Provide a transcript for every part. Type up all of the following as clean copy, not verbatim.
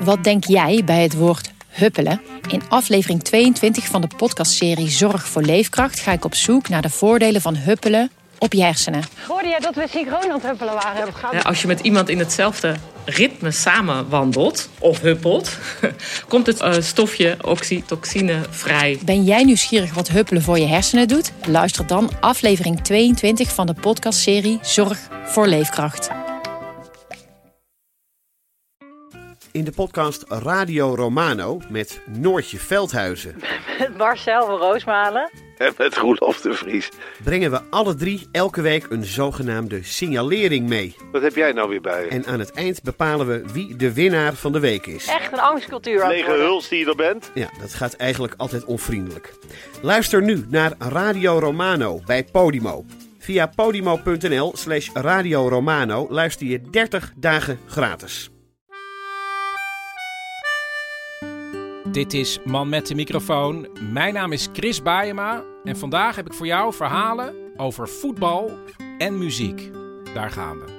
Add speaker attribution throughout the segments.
Speaker 1: Wat denk jij bij het woord huppelen? In aflevering 22 van de podcastserie Zorg voor Leefkracht ga ik op zoek naar de voordelen van huppelen op je hersenen.
Speaker 2: Hoorde jij dat we synchroon aan het huppelen waren?
Speaker 3: Ja, als je met iemand in hetzelfde ritme samen wandelt of huppelt, komt het stofje oxytocine vrij.
Speaker 1: Ben jij nieuwsgierig wat huppelen voor je hersenen doet? Luister dan aflevering 22 van de podcastserie Zorg voor Leefkracht.
Speaker 4: In de podcast Radio Romano met Noortje Veldhuizen.
Speaker 2: Met Marcel van Roosmalen.
Speaker 5: En met Roelof de Vries.
Speaker 4: Brengen we alle drie elke week een zogenaamde signalering mee.
Speaker 5: Wat heb jij nou weer bij je?
Speaker 4: En aan het eind bepalen we wie de winnaar van de week is.
Speaker 2: Echt een angstcultuur aan het
Speaker 5: Lege
Speaker 2: worden.
Speaker 5: huls die je er bent.
Speaker 4: Ja, dat gaat eigenlijk altijd onvriendelijk. Luister nu naar Radio Romano bij Podimo. Via podimo.nl/Radio Romano luister je 30 dagen gratis.
Speaker 6: Dit is Man met de microfoon. Mijn naam is Chris Baaijema en vandaag heb ik voor jou verhalen over voetbal en muziek. Daar gaan we.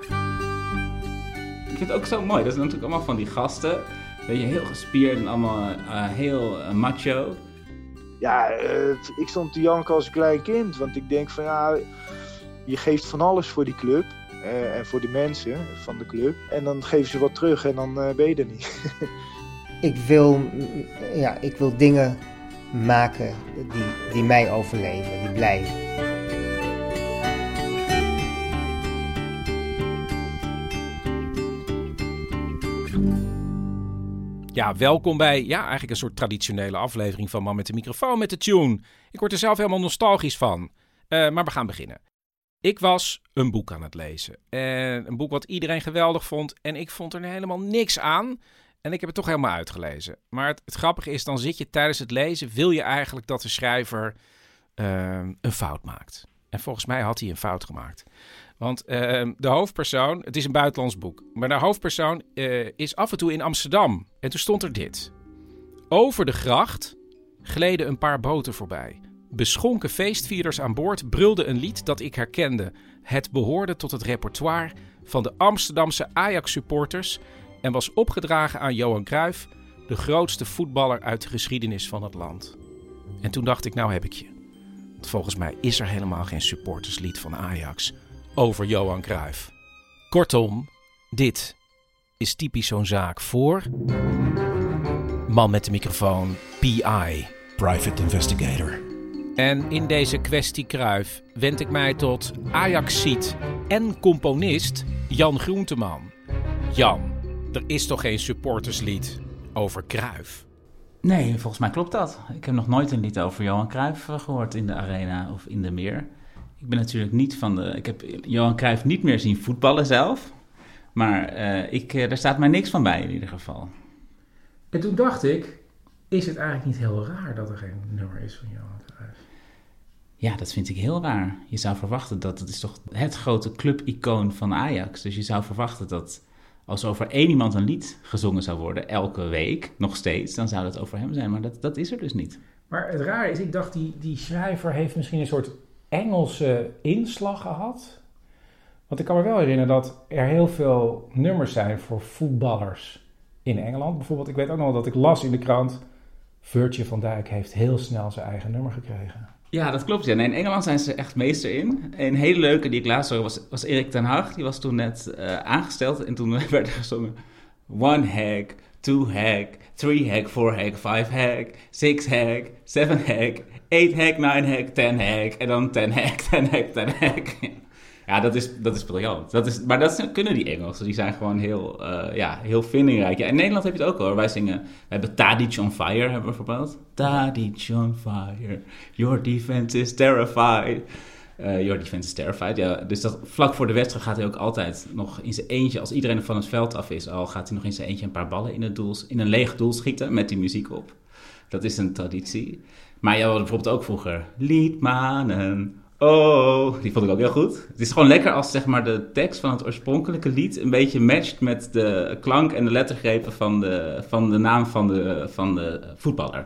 Speaker 7: Ik vind het ook zo mooi. Dat is natuurlijk allemaal van die gasten. Weet je, heel gespierd en allemaal heel macho.
Speaker 8: Ja, ik stond te janken als een klein kind. Want ik denk van ja, je geeft van alles voor die club. En voor de mensen van de club. En dan geven ze wat terug en dan ben je er niet.
Speaker 9: Ik wil dingen maken die mij overleven, die blijven.
Speaker 6: Ja, welkom bij eigenlijk een soort traditionele aflevering van Man met de microfoon met de tune. Ik word er zelf helemaal nostalgisch van. Maar we gaan beginnen. Ik was een boek aan het lezen. En een boek wat iedereen geweldig vond. En ik vond er helemaal niks aan. En ik heb het toch helemaal uitgelezen. Maar het grappige is, dan zit je tijdens het lezen, wil je eigenlijk dat de schrijver een fout maakt. En volgens mij had hij een fout gemaakt. Want de hoofdpersoon, het is een buitenlands boek, maar de hoofdpersoon is af en toe in Amsterdam. En toen stond er dit. Over de gracht gleden een paar boten voorbij. Beschonken feestvierders aan boord brulden een lied dat ik herkende. Het behoorde tot het repertoire van de Amsterdamse Ajax-supporters en was opgedragen aan Johan Cruijff, de grootste voetballer uit de geschiedenis van het land. En toen dacht ik, nou heb ik je. Want volgens mij is er helemaal geen supporterslied van Ajax over Johan Cruijff. Kortom, dit is typisch zo'n zaak voor Man met de microfoon, PI.
Speaker 10: Private Investigator.
Speaker 6: En in deze kwestie Cruijff wend ik mij tot Ajaxiet en componist Jan Groenteman. Jan, er is toch geen supporterslied over Cruijff?
Speaker 7: Nee, volgens mij klopt dat. Ik heb nog nooit een lied over Johan Cruijff gehoord in de Arena of in de Meer. Ik ben natuurlijk niet van de... Ik heb Johan Cruijff niet meer zien voetballen zelf. Maar daar staat mij niks van bij in ieder geval.
Speaker 11: En toen dacht ik, is het eigenlijk niet heel raar dat er geen nummer is van Johan Cruijff?
Speaker 7: Ja, dat vind ik heel raar. Je zou verwachten dat het is toch het grote clubicoon van Ajax. Dus je zou verwachten dat als over één iemand een lied gezongen zou worden, elke week, nog steeds, dan zou dat over hem zijn. Maar dat is er dus niet.
Speaker 11: Maar het raar is, ik dacht, die schrijver heeft misschien een soort Engelse inslag gehad. Want ik kan me wel herinneren dat er heel veel nummers zijn voor voetballers in Engeland. Bijvoorbeeld, ik weet ook nog dat ik las in de krant, Virgil van Dijk heeft heel snel zijn eigen nummer gekregen.
Speaker 7: Ja, dat klopt. Ja. Nee, in Engeland zijn ze echt meester in. Een hele leuke die ik laatst hoorde was Erik ten Hag. Die was toen net aangesteld en toen werd er gezongen 1 hack, 2 hack, 3 hack, 4 hack, 5 hack, 6 hack, 7 hack, 8 hack, 9 hack, 10 hack en dan 10 hack, 10 hack, 10 hack. Ja, dat is briljant. Maar dat kunnen die Engelsen. Die zijn gewoon heel vindingrijk. Ja, in Nederland heb je het ook hoor. We hebben Tadic on Fire, hebben we bijvoorbeeld. Tadic on fire, your defense is terrified. Your defense is terrified, ja. Dus dat vlak voor de wedstrijd gaat hij ook altijd nog in zijn eentje, als iedereen er van het veld af is, al gaat hij nog in zijn eentje een paar ballen in een leeg doel schieten met die muziek op. Dat is een traditie. Maar je had bijvoorbeeld ook vroeger Liedmanen. Oh, die vond ik ook heel goed. Het is gewoon lekker als zeg maar de tekst van het oorspronkelijke lied een beetje matcht met de klank en de lettergrepen van de naam van de voetballer.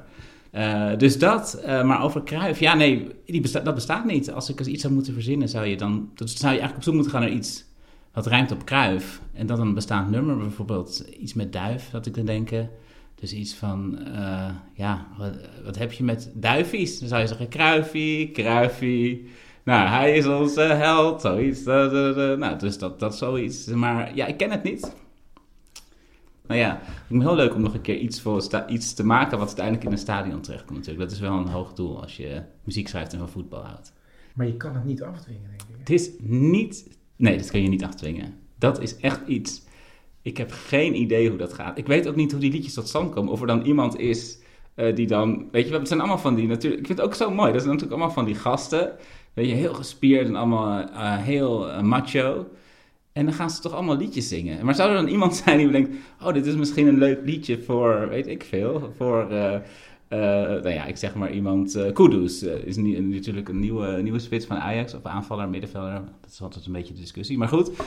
Speaker 7: Dus dat, maar over Cruijff, ja nee, dat bestaat niet. Als ik iets zou moeten verzinnen, zou je eigenlijk op zoek moeten gaan naar iets wat rijmt op Cruyff. En dat een bestaand nummer, bijvoorbeeld iets met duif, dat ik dan denken. Dus iets van, wat heb je met duifies? Dan zou je zeggen, Cruyffie. Nou, hij is onze held, zoiets. Nou, dus dat zoiets. Maar ja, ik ken het niet. Nou ja, het is heel leuk om nog een keer iets te maken wat uiteindelijk in een stadion terechtkomt natuurlijk. Dat is wel een hoog doel als je muziek schrijft en van voetbal houdt.
Speaker 11: Maar je kan het niet afdwingen, denk ik.
Speaker 7: Het is niet... Nee, dat kun je niet afdwingen. Dat is echt iets... Ik heb geen idee hoe dat gaat. Ik weet ook niet hoe die liedjes tot stand komen. Of er dan iemand is die dan... Weet je wel, het zijn allemaal van die natuurlijk... Ik vind het ook zo mooi. Dat zijn natuurlijk allemaal van die gasten. Weet je, heel gespierd en allemaal heel macho. En dan gaan ze toch allemaal liedjes zingen. Maar zou er dan iemand zijn die denkt... Oh, dit is misschien een leuk liedje voor... Weet ik veel. Voor... ik zeg maar iemand... Kudus is natuurlijk een nieuwe spits van Ajax. Of aanvaller, middenvelder. Dat is altijd een beetje de discussie. Maar goed...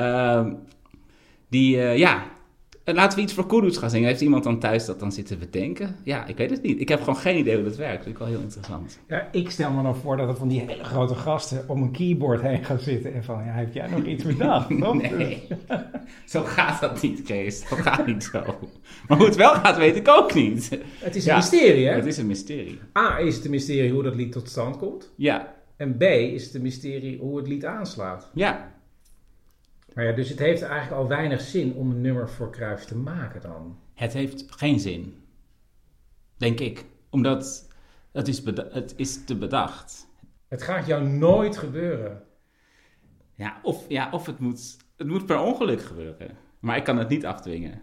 Speaker 7: laten we iets voor Kudus gaan zingen. Heeft iemand dan thuis dat dan zitten bedenken? Ja, ik weet het niet. Ik heb gewoon geen idee hoe dat werkt. Dat vind ik wel heel interessant.
Speaker 11: Ja, ik stel me dan voor dat er van die hele grote gasten om een keyboard heen gaan zitten. En van, heb jij nog iets bedacht?
Speaker 7: Nee, zo gaat dat niet, Kees. Dat gaat niet zo. Maar hoe het wel gaat, weet ik ook niet.
Speaker 11: Het is een mysterie, hè?
Speaker 7: Het is een mysterie.
Speaker 11: A, is het een mysterie hoe dat lied tot stand komt.
Speaker 7: Ja.
Speaker 11: En B, is het een mysterie hoe het lied aanslaat.
Speaker 7: Ja.
Speaker 11: Maar ja, dus het heeft eigenlijk al weinig zin om een nummer voor Cruyff te maken dan.
Speaker 7: Het heeft geen zin. Denk ik. Omdat het is te bedacht.
Speaker 11: Het gaat jou nooit gebeuren.
Speaker 7: Of het moet per ongeluk gebeuren. Maar ik kan het niet afdwingen.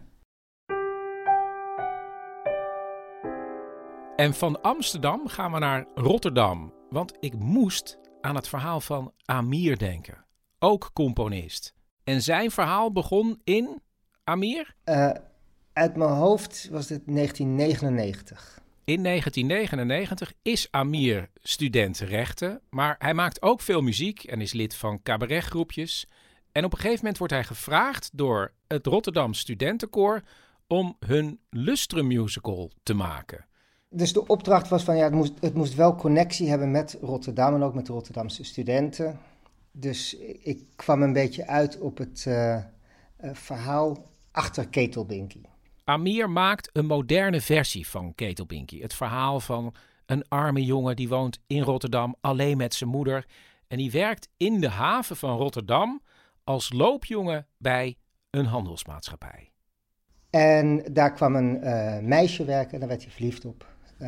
Speaker 6: En van Amsterdam gaan we naar Rotterdam. Want ik moest aan het verhaal van Amir denken. Ook componist. En zijn verhaal begon in, Amir?
Speaker 9: Uit mijn hoofd was het 1999.
Speaker 6: In 1999 is Amir student rechten, maar hij maakt ook veel muziek en is lid van cabaretgroepjes. En op een gegeven moment wordt hij gevraagd door het Rotterdam Studentenkoor om hun Lustrum musical te maken.
Speaker 9: Dus de opdracht was van, het moest wel connectie hebben met Rotterdam en ook met de Rotterdamse studenten. Dus ik kwam een beetje uit op het verhaal achter Ketelbinkie.
Speaker 6: Amir maakt een moderne versie van Ketelbinkie. Het verhaal van een arme jongen die woont in Rotterdam alleen met zijn moeder. En die werkt in de haven van Rotterdam als loopjongen bij een handelsmaatschappij.
Speaker 9: En daar kwam een meisje werken en daar werd hij verliefd op.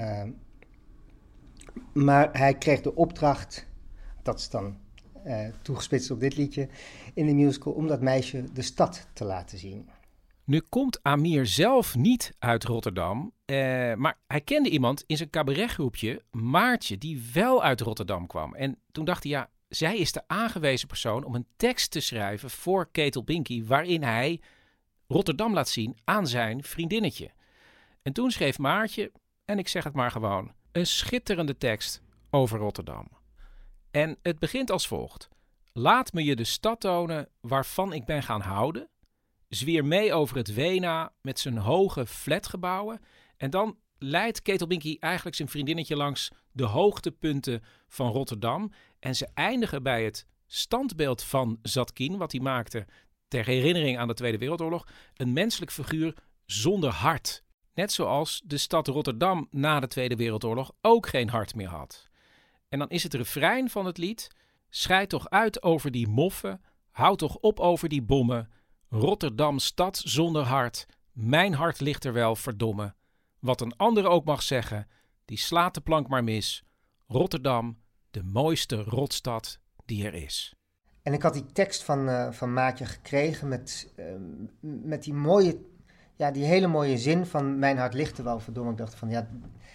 Speaker 9: Maar hij kreeg de opdracht, dat is dan toegespitst op dit liedje, in de musical om dat meisje de stad te laten zien.
Speaker 6: Nu komt Amir zelf niet uit Rotterdam, maar hij kende iemand in zijn cabaretgroepje, Maartje, die wel uit Rotterdam kwam. En toen dacht hij, zij is de aangewezen persoon om een tekst te schrijven voor Ketelbinkie, waarin hij Rotterdam laat zien aan zijn vriendinnetje. En toen schreef Maartje, en ik zeg het maar gewoon, een schitterende tekst over Rotterdam. En het begint als volgt. Laat me je de stad tonen waarvan ik ben gaan houden. Zwier mee over het Wena met zijn hoge flatgebouwen. En dan leidt Ketelbinkie eigenlijk zijn vriendinnetje langs de hoogtepunten van Rotterdam. En ze eindigen bij het standbeeld van Zatkin, wat hij maakte ter herinnering aan de Tweede Wereldoorlog. Een menselijk figuur zonder hart. Net zoals de stad Rotterdam na de Tweede Wereldoorlog ook geen hart meer had. En dan is het refrein van het lied. Schrei toch uit over die moffen, hou toch op over die bommen. Rotterdam stad zonder hart, mijn hart ligt er wel, verdomme. Wat een ander ook mag zeggen, die slaat de plank maar mis. Rotterdam, de mooiste rotstad die er is.
Speaker 9: En ik had die tekst van Maatje gekregen met die mooie, die hele mooie zin van mijn hart ligt er wel, verdomme. Ik dacht van,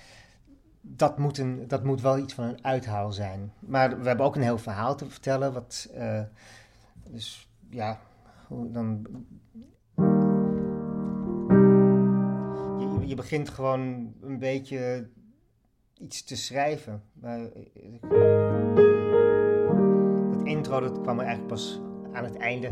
Speaker 9: dat moet wel iets van een uithaal zijn. Maar we hebben ook een heel verhaal te vertellen. Je begint gewoon een beetje iets te schrijven. Dat intro, dat kwam er eigenlijk pas aan het einde.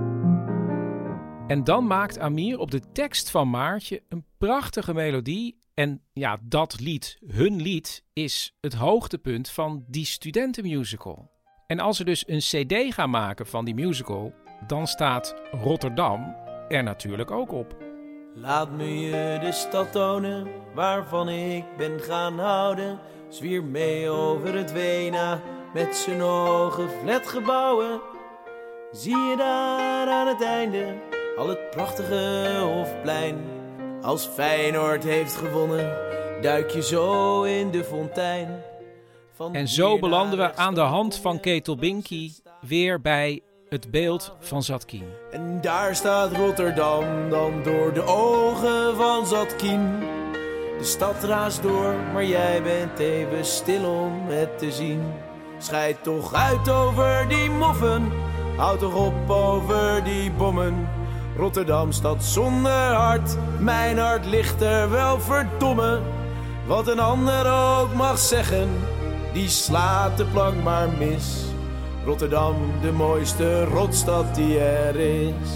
Speaker 6: En dan maakt Amir op de tekst van Maartje een prachtige melodie En ja, dat lied, hun lied, is het hoogtepunt van die studentenmusical. En als ze dus een cd gaan maken van die musical, dan staat Rotterdam er natuurlijk ook op.
Speaker 12: Laat me je de stad tonen, waarvan ik ben gaan houden. Zwier mee over het Wena, met zijn hoge flatgebouwen. Zie je daar aan het einde, al het prachtige Hofplein. Als Feyenoord heeft gewonnen, duik je zo in de fontein.
Speaker 6: En zo belanden we aan de hand van Ketelbinky weer bij het beeld van Zadkine.
Speaker 12: En daar staat Rotterdam dan door de ogen van Zadkine. De stad raast door, maar jij bent even stil om het te zien. Scheid toch uit over die moffen, houd toch op over die bommen. Rotterdam, stad zonder hart, mijn hart ligt er wel, verdomme. Wat een ander ook mag zeggen, die slaat de plank maar mis. Rotterdam, de mooiste rotstad die er is.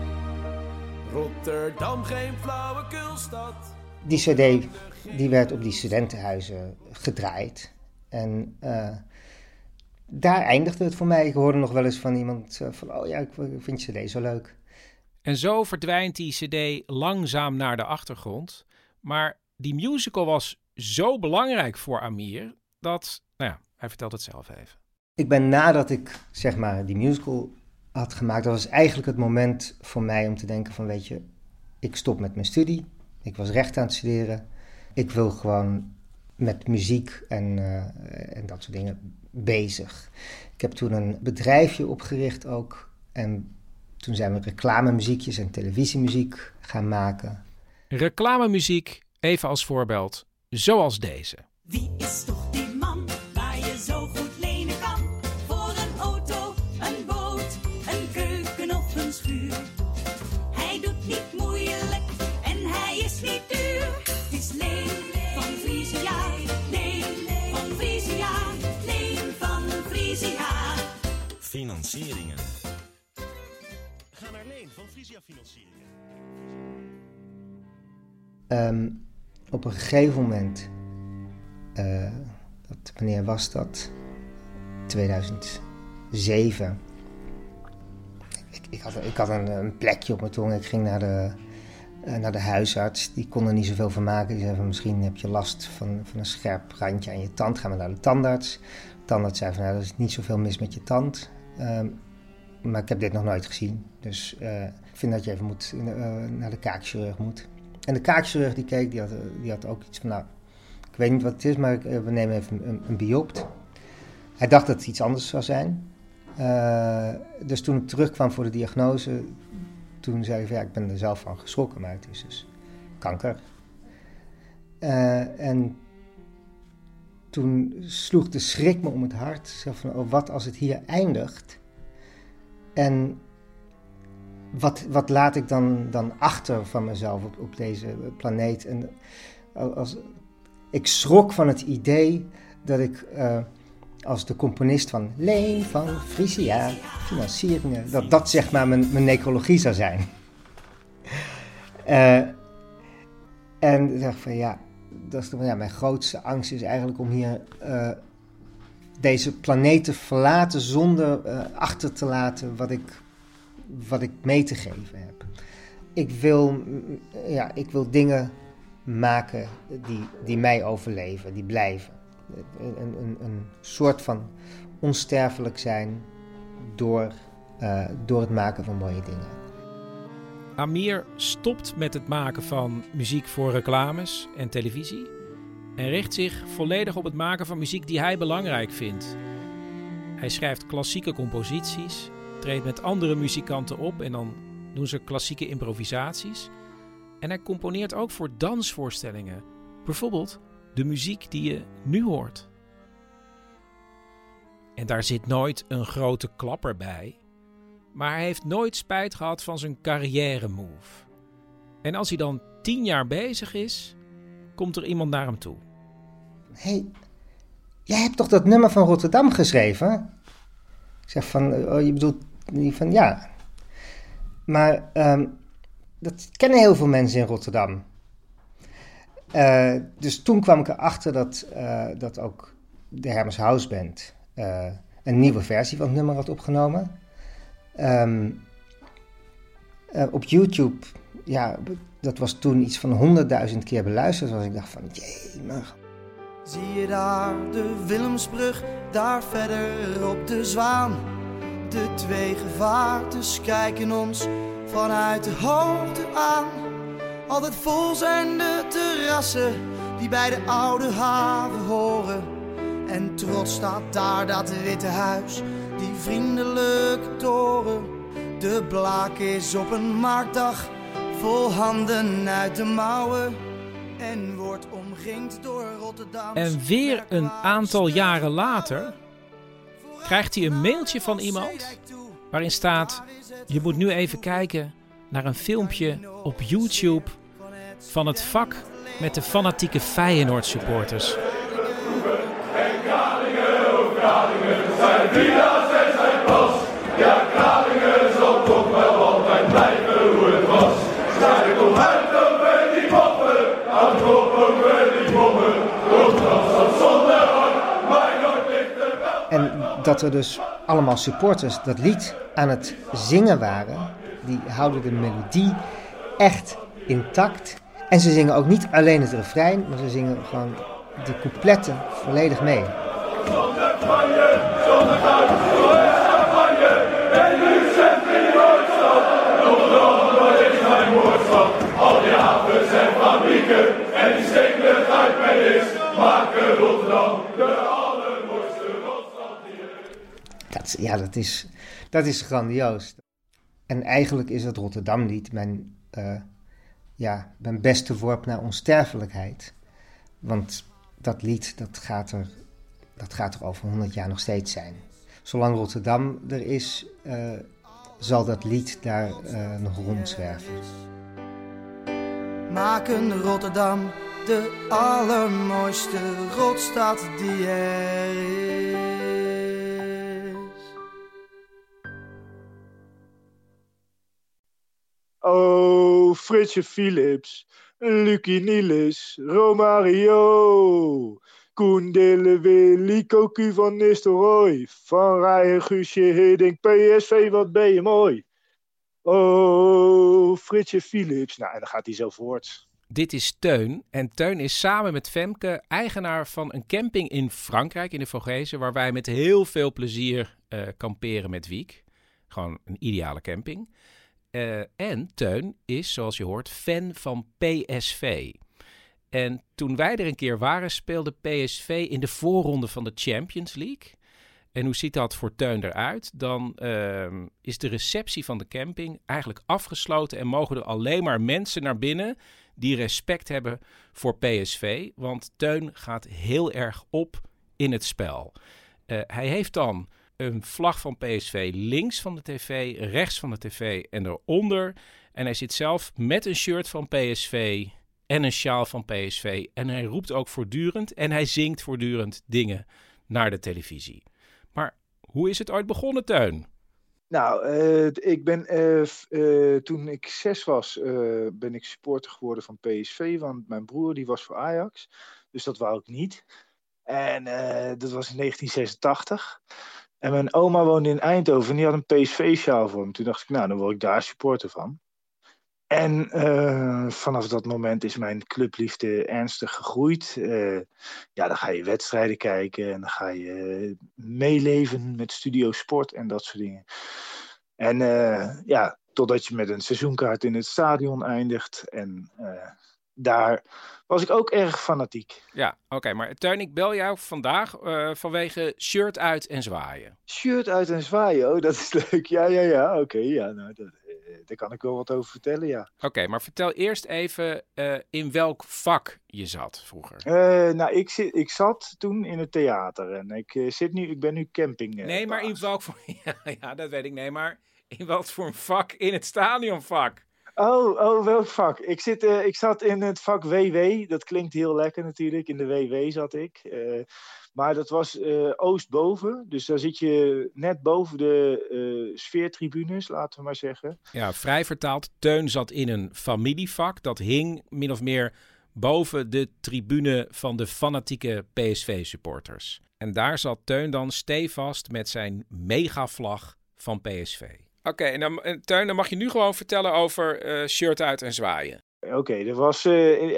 Speaker 12: Rotterdam, geen flauwekulstad.
Speaker 9: Die cd die werd op die studentenhuizen gedraaid. En daar eindigde het voor mij. Ik hoorde nog wel eens van iemand van, oh ja, ik vind je cd zo leuk.
Speaker 6: En zo verdwijnt die cd langzaam naar de achtergrond. Maar die musical was zo belangrijk voor Amir dat, nou ja, hij vertelt het zelf even.
Speaker 9: Ik ben nadat ik, zeg maar, die musical had gemaakt, dat was eigenlijk het moment voor mij om te denken van, weet je, ik stop met mijn studie. Ik was recht aan het studeren. Ik wil gewoon met muziek en dat soort dingen bezig. Ik heb toen een bedrijfje opgericht ook. En toen zijn we reclamemuziekjes en televisiemuziek gaan maken.
Speaker 6: Reclamemuziek, even als voorbeeld, zoals deze.
Speaker 13: Wie is toch die man waar je zo goed lenen kan? Voor een auto, een boot, een keuken of een schuur. Hij doet niet moeilijk en hij is niet duur. Het is Leen van Friesia, Leen van Friesia, Leen van Friesia.
Speaker 10: Financieringen. Ga naar Leen van Friesia Financieringen.
Speaker 9: Op een gegeven moment, wanneer was dat? 2007. Ik had een plekje op mijn tong. Ik ging naar de huisarts. Die kon er niet zoveel van maken. Die zei van, misschien heb je last van een scherp randje aan je tand. Ga maar naar de tandarts. De tandarts zei van, nou, er is niet zoveel mis met je tand. Maar ik heb dit nog nooit gezien. Dus ik vind dat je even naar de kaakchirurg moet. En de kaakchirurg die keek, die had ook iets van, nou, ik weet niet wat het is, maar we nemen even een biopt. Hij dacht dat het iets anders zou zijn. Dus toen ik terugkwam voor de diagnose, toen zei ik van, ja, ik ben er zelf van geschrokken, maar het is dus kanker. En toen sloeg de schrik me om het hart. Ik zei van, oh, wat als het hier eindigt? En wat laat ik dan achter van mezelf op deze planeet? En ik schrok van het idee dat ik als de componist van Leen van Friesia Financieringen, dat zeg maar mijn necrologie zou zijn. En ik dacht van, ja, dat is toch, ja, mijn grootste angst is eigenlijk om hier deze planeet te verlaten zonder achter te laten wat ik mee te geven heb. Ik wil dingen maken die mij overleven, die blijven. Een soort van onsterfelijk zijn door het maken van mooie dingen.
Speaker 6: Amir stopt met het maken van muziek voor reclames en televisie en richt zich volledig op het maken van muziek die hij belangrijk vindt. Hij schrijft klassieke composities, treedt met andere muzikanten op en dan doen ze klassieke improvisaties. En hij componeert ook voor dansvoorstellingen, bijvoorbeeld de muziek die je nu hoort. En daar zit nooit een grote klapper bij, maar hij heeft nooit spijt gehad van zijn carrière-move. En als hij dan 10 jaar bezig is, komt er iemand naar hem toe.
Speaker 9: Hey, jij hebt toch dat nummer van Rotterdam geschreven? Ik zeg van, oh, je bedoelt niet van, ja. Maar dat kennen heel veel mensen in Rotterdam. Dus toen kwam ik erachter dat ook de Hermes House Band een nieuwe versie van het nummer had opgenomen. Op YouTube, ja, dat was toen iets van 100.000 keer beluisterd. Dus ik dacht van, jemig.
Speaker 12: Zie je daar de Willemsbrug, daar verder op de Zwaan. De twee gevaartes kijken ons vanuit de hoogte aan. Altijd vol zijn de terrassen die bij de oude haven horen. En trots staat daar dat witte huis, die vriendelijke toren. De blaak is op een marktdag, vol handen uit de mouwen. En wordt omringd door Rotterdam.
Speaker 6: En weer een aantal jaren later krijgt hij een mailtje van iemand waarin staat: je moet nu even kijken naar een filmpje op YouTube van het vak met de fanatieke Feyenoord supporters.
Speaker 14: En Kralingen zijn Vidas en zijn pas. Ja, Kralingen zal toch wel altijd blijven hoe het was. Strijd om uit over die moppen, houd op over die moppen. Rotterdam staat zonder hart, maar nooit ligt er wel.
Speaker 9: En dat er dus allemaal supporters dat lied aan het zingen waren, die houden de melodie echt intact. En ze zingen ook niet alleen het refrein, maar ze zingen gewoon de coupletten volledig mee.
Speaker 14: Zonder Spanje, zonder goud, zonder champagne. En nu zet in Noordstad, Rotterdam is mijn woordstad. Al die havens en fabrieken en die stekeligheid met niks maken Rotterdam de allermooiste rotstad die er.
Speaker 9: Dat is grandioos. En eigenlijk is het Rotterdamlied mijn beste worp naar onsterfelijkheid. Want dat lied, dat gaat er over 100 jaar nog steeds zijn. Zolang Rotterdam er is, zal dat lied daar nog rondzwerven.
Speaker 12: Maken Rotterdam de allermooiste rotstad die er is.
Speaker 8: Oh, Fritsje Philips, Lucie Niels, Romario, Koen Dillewe, Lico Q van Nistelrooy, Van Rijen, Guusje Hiddink, PSV, wat ben je mooi. Oh, Fritsje Philips. Nou, en dan gaat hij zo voort.
Speaker 6: Dit is Teun. En Teun is samen met Femke eigenaar van een camping in Frankrijk, in de Vogezen, waar wij met heel veel plezier kamperen met Wiek. Gewoon een ideale camping. En Teun is, zoals je hoort, fan van PSV. En toen wij er een keer waren, speelde PSV in de voorronde van de Champions League. En hoe ziet dat voor Teun eruit? Dan is de receptie van de camping eigenlijk afgesloten en mogen er alleen maar mensen naar binnen die respect hebben voor PSV. Want Teun gaat heel erg op in het spel. Hij heeft dan een vlag van PSV links van de tv, rechts van de tv en eronder. En hij zit zelf met een shirt van PSV en een sjaal van PSV. En hij roept ook voortdurend en hij zingt voortdurend dingen naar de televisie. Maar hoe is het ooit begonnen, Teun?
Speaker 8: Nou, ik ben toen ik 6 was, ben ik supporter geworden van PSV. Want mijn broer die was voor Ajax. Dus dat wou ik niet. En dat was in 1986. En mijn oma woonde in Eindhoven en die had een PSV-sjaal voor me. Toen dacht ik, nou, dan word ik daar supporter van. En vanaf dat moment is mijn clubliefde ernstig gegroeid. Dan ga je wedstrijden kijken en dan ga je meeleven met Studio Sport en dat soort dingen. En totdat je met een seizoenkaart in het stadion eindigt. En daar was ik ook erg fanatiek.
Speaker 6: Ja, oké. Maar Teun, ik bel jou vandaag vanwege shirt uit en zwaaien.
Speaker 8: Shirt uit en zwaaien, oh, dat is leuk. Ja, oké. Ja, nou, daar kan ik wel wat over vertellen, ja.
Speaker 6: Oké, maar vertel eerst even in welk vak je zat vroeger.
Speaker 8: Ik zat toen in het theater en ik ben nu camping.
Speaker 6: Nee, maar in welk vak? Ja, dat weet ik. Nee, maar in wat voor een vak? In het stadionvak.
Speaker 8: Oh, welk vak? Ik zat in het vak WW. Dat klinkt heel lekker natuurlijk. In de WW zat ik. Maar dat was oostboven. Dus daar zit je net boven de sfeertribunes, laten we maar zeggen.
Speaker 6: Ja, vrij vertaald. Teun zat in een familievak. Dat hing min of meer boven de tribune van de fanatieke PSV-supporters. En daar zat Teun dan stevast met zijn megavlag van PSV. Oké, en Teun, dan mag je nu gewoon vertellen over shirt uit en zwaaien.
Speaker 8: Oké, dat was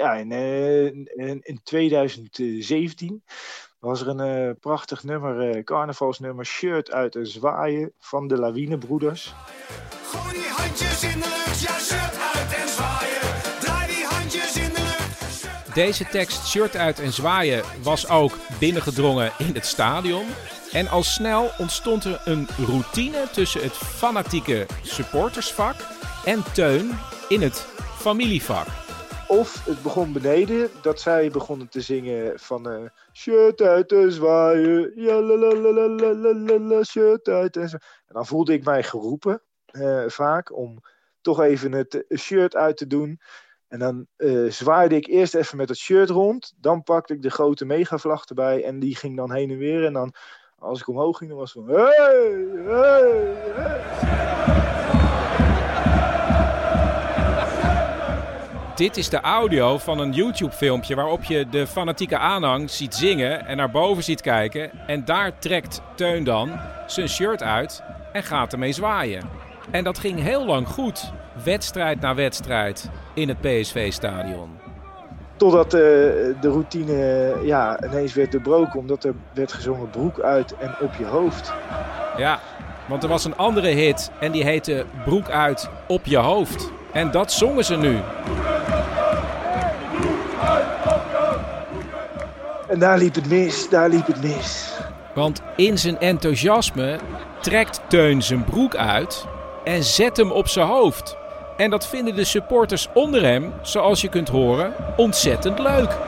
Speaker 8: in 2017 was er een prachtig nummer, carnavalsnummer, shirt uit en zwaaien van de Lawinebroeders.
Speaker 14: Gooi die handjes in de lucht, ja, shirt uit en zwaaien. Draai die handjes in de lucht.
Speaker 6: Deze tekst shirt uit en zwaaien was ook binnengedrongen in het stadion. En al snel ontstond er een routine tussen het fanatieke supportersvak en Teun in het familievak.
Speaker 8: Of het begon beneden, dat zij begonnen te zingen van shirt uit en zwaaien, ja la shirt uit en zwaaien. En dan voelde ik mij geroepen, vaak, om toch even het shirt uit te doen. En dan zwaaide ik eerst even met het shirt rond, dan pakte ik de grote megavlag erbij en die ging dan heen en weer. En dan, als ik omhoog ging, dan was het van hey, hey, hey.
Speaker 6: Dit is de audio van een YouTube-filmpje waarop je de fanatieke aanhang ziet zingen en naar boven ziet kijken. En daar trekt Teun dan zijn shirt uit en gaat ermee zwaaien. En dat ging heel lang goed, wedstrijd na wedstrijd in het PSV-stadion.
Speaker 8: Totdat de routine ineens werd doorbroken, omdat er werd gezongen broek uit en op je hoofd.
Speaker 6: Ja, want er was een andere hit en die heette Broek uit op je hoofd. En dat zongen ze nu.
Speaker 8: En daar liep het mis,
Speaker 6: Want in zijn enthousiasme trekt Teun zijn broek uit en zet hem op zijn hoofd. En dat vinden de supporters onder hem, zoals je kunt horen, ontzettend leuk.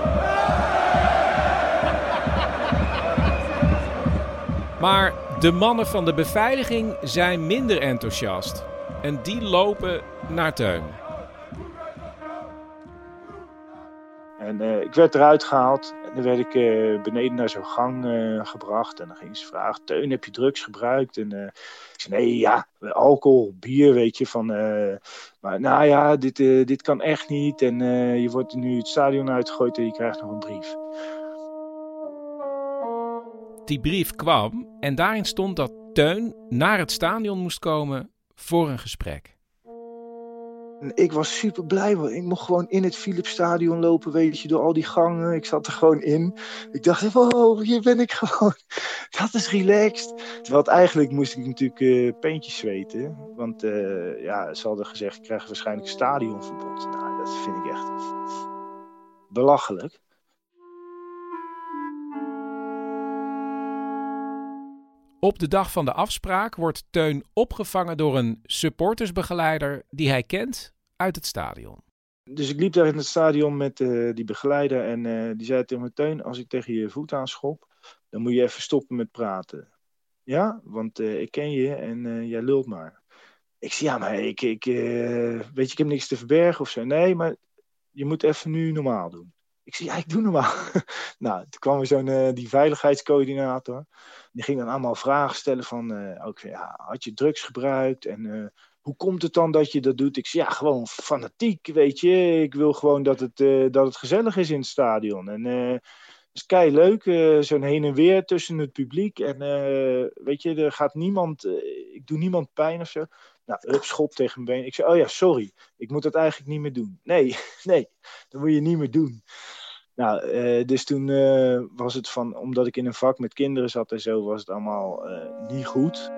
Speaker 6: Maar de mannen van de beveiliging zijn minder enthousiast. En die lopen naar Teun.
Speaker 8: En ik werd eruit gehaald en dan werd ik beneden naar zo'n gang gebracht. En dan ging ze vragen, Teun, heb je drugs gebruikt? En ik zei, nee, ja, alcohol, bier, weet je. Maar nou ja, dit kan echt niet. En je wordt nu het stadion uitgegooid en je krijgt nog een brief.
Speaker 6: Die brief kwam en daarin stond dat Teun naar het stadion moest komen voor een gesprek.
Speaker 8: En ik was super blij, want ik mocht gewoon in het Philipsstadion lopen, weet je, door al die gangen. Ik zat er gewoon in. Ik dacht, wow, hier ben ik gewoon. Dat is relaxed. Terwijl eigenlijk moest ik natuurlijk peentjes zweten. Want ze hadden gezegd, ik krijg waarschijnlijk stadionverbod. Nou, dat vind ik echt belachelijk.
Speaker 6: Op de dag van de afspraak wordt Teun opgevangen door een supportersbegeleider die hij kent uit het stadion.
Speaker 8: Dus ik liep daar in het stadion met die begeleider en die zei tegen me, Teun, als ik tegen je voet aanschop, dan moet je even stoppen met praten. Ja, want ik ken je en jij lult maar. Ik zei, ja, maar weet je, ik heb niks te verbergen of zo. Nee, maar je moet even nu normaal doen. Ik zei, ja, ik doe normaal. Nou, toen kwam er die veiligheidscoördinator. Die ging dan allemaal vragen stellen van, had je drugs gebruikt? En hoe komt het dan dat je dat doet? Ik zei, ja, gewoon fanatiek, weet je. Ik wil gewoon dat het gezellig is in het stadion. En het is kei leuk, zo'n heen en weer tussen het publiek. En weet je, er gaat niemand, ik doe niemand pijn of zo. Nou, schop tegen mijn been. Ik zei, oh ja, sorry, ik moet dat eigenlijk niet meer doen. Nee, dat moet je niet meer doen. Nou, dus toen was het van, omdat ik in een vak met kinderen zat en zo, was het allemaal niet goed.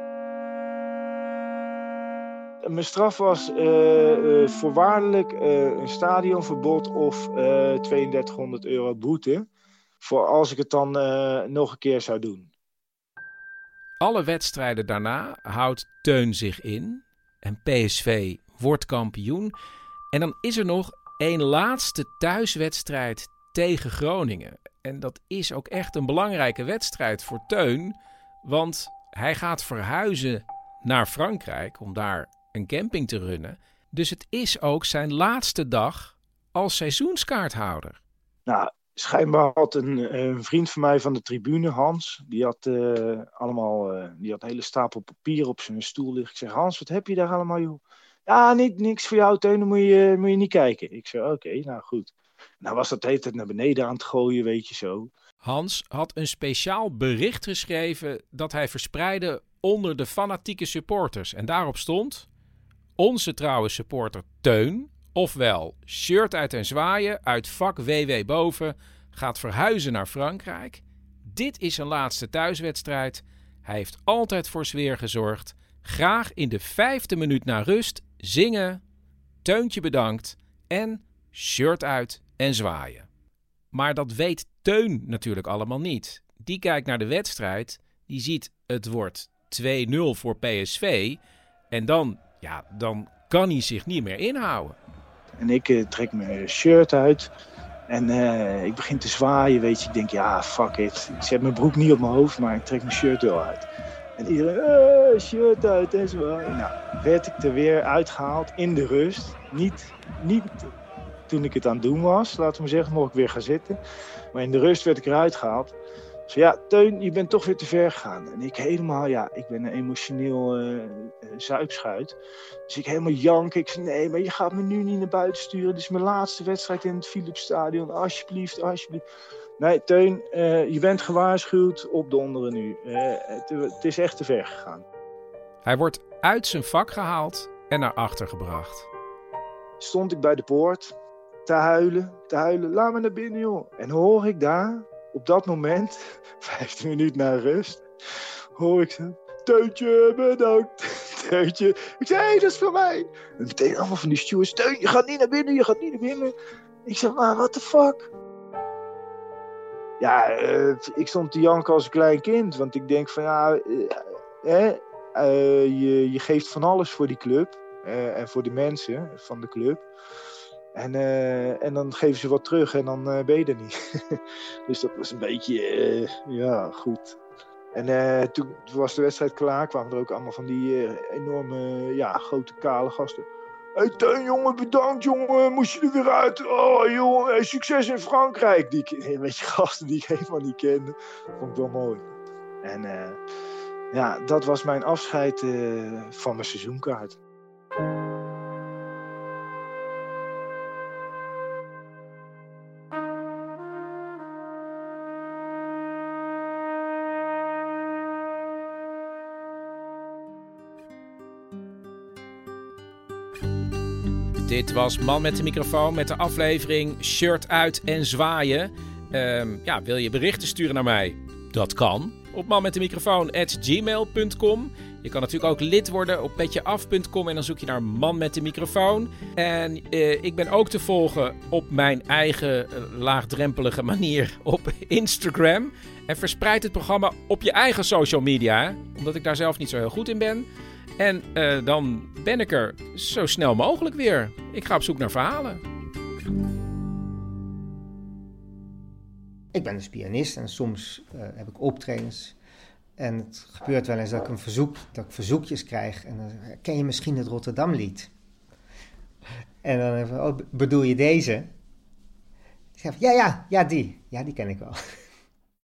Speaker 8: Mijn straf was voorwaardelijk een stadionverbod of €3200 boete. Voor als ik het dan nog een keer zou doen.
Speaker 6: Alle wedstrijden daarna houdt Teun zich in en PSV wordt kampioen. En dan is er nog één laatste thuiswedstrijd tegen Groningen. En dat is ook echt een belangrijke wedstrijd voor Teun. Want hij gaat verhuizen naar Frankrijk om daar een camping te runnen. Dus het is ook zijn laatste dag als seizoenskaarthouder.
Speaker 8: Nou, schijnbaar had een vriend van mij van de tribune, Hans, die had die had een hele stapel papier op zijn stoel liggen. Ik zeg, Hans, wat heb je daar allemaal, joh? Ja, niks voor jou, Teun, dan moet je niet kijken. Ik zei, oké, nou goed. Nou was dat de hele tijd naar beneden aan het gooien, weet je zo.
Speaker 6: Hans had een speciaal bericht geschreven dat hij verspreidde onder de fanatieke supporters. En daarop stond: onze trouwe supporter Teun, ofwel shirt uit en zwaaien uit vak WW boven, gaat verhuizen naar Frankrijk. Dit is zijn laatste thuiswedstrijd. Hij heeft altijd voor sfeer gezorgd. Graag in de 5e minuut na rust zingen, Teuntje bedankt en shirt uit en zwaaien. Maar dat weet Teun natuurlijk allemaal niet. Die kijkt naar de wedstrijd, die ziet het wordt 2-0 voor PSV en dan kan hij zich niet meer inhouden.
Speaker 8: En ik trek mijn shirt uit en ik begin te zwaaien, weet je. Ik denk, ja, fuck it. Ik zet mijn broek niet op mijn hoofd, maar ik trek mijn shirt wel uit. En iedereen, shirt uit en zwaaien. Nou, werd ik er weer uitgehaald in de rust. Niet toen ik het aan het doen was, laten we maar zeggen, mocht ik weer gaan zitten. Maar in de rust werd ik eruit gehaald. Dus ja, Teun, je bent toch weer te ver gegaan. En ik helemaal, ik ben een emotioneel zuipschuit. Dus ik helemaal janken. Ik zei, nee, maar je gaat me nu niet naar buiten sturen. Dit is mijn laatste wedstrijd in het Philipsstadion. Alsjeblieft. Nee, Teun, je bent gewaarschuwd, opdonderen nu. Het is echt te ver gegaan.
Speaker 6: Hij wordt uit zijn vak gehaald en naar achter gebracht.
Speaker 8: Stond ik bij de poort te huilen. Laat me naar binnen, joh. En hoor ik daar, op dat moment, 15 minuten na rust, hoor ik zo: Teuntje, bedankt. Teuntje. Ik zei, hey, dat is voor mij. En meteen allemaal van die stewards: Teun, je gaat niet naar binnen. Ik zeg, maar what the fuck? Ja, ik stond te janken als een klein kind. Want ik denk van, je geeft van alles voor die club. En voor de mensen van de club. En dan geven ze wat terug en dan ben je er niet. Dus dat was een beetje, goed. En toen was de wedstrijd klaar, kwamen er ook allemaal van die enorme, grote kale gasten. Hey Teun, jongen, bedankt, jongen, moest je er weer uit. Oh, jongen, succes in Frankrijk. Weet je, gasten die ik helemaal niet kende. Vond ik wel mooi. En dat was mijn afscheid van mijn seizoenkaart.
Speaker 6: Dit was Man met de microfoon met de aflevering Shirt uit en zwaaien. Wil je berichten sturen naar mij? Dat kan. Op manmetdemicrofoon@gmail.com. Je kan natuurlijk ook lid worden op petjeaf.com en dan zoek je naar Man met de microfoon. En ik ben ook te volgen op mijn eigen laagdrempelige manier op Instagram. En verspreid het programma op je eigen social media, omdat ik daar zelf niet zo heel goed in ben. En dan ben ik er zo snel mogelijk weer. Ik ga op zoek naar verhalen.
Speaker 9: Ik ben dus pianist en soms heb ik optredens. En het gebeurt wel eens dat ik verzoekjes krijg. En dan ken je misschien het Rotterdam-lied. En dan even, bedoel je deze? Ik zeg, ja, die. Ja, die ken ik wel.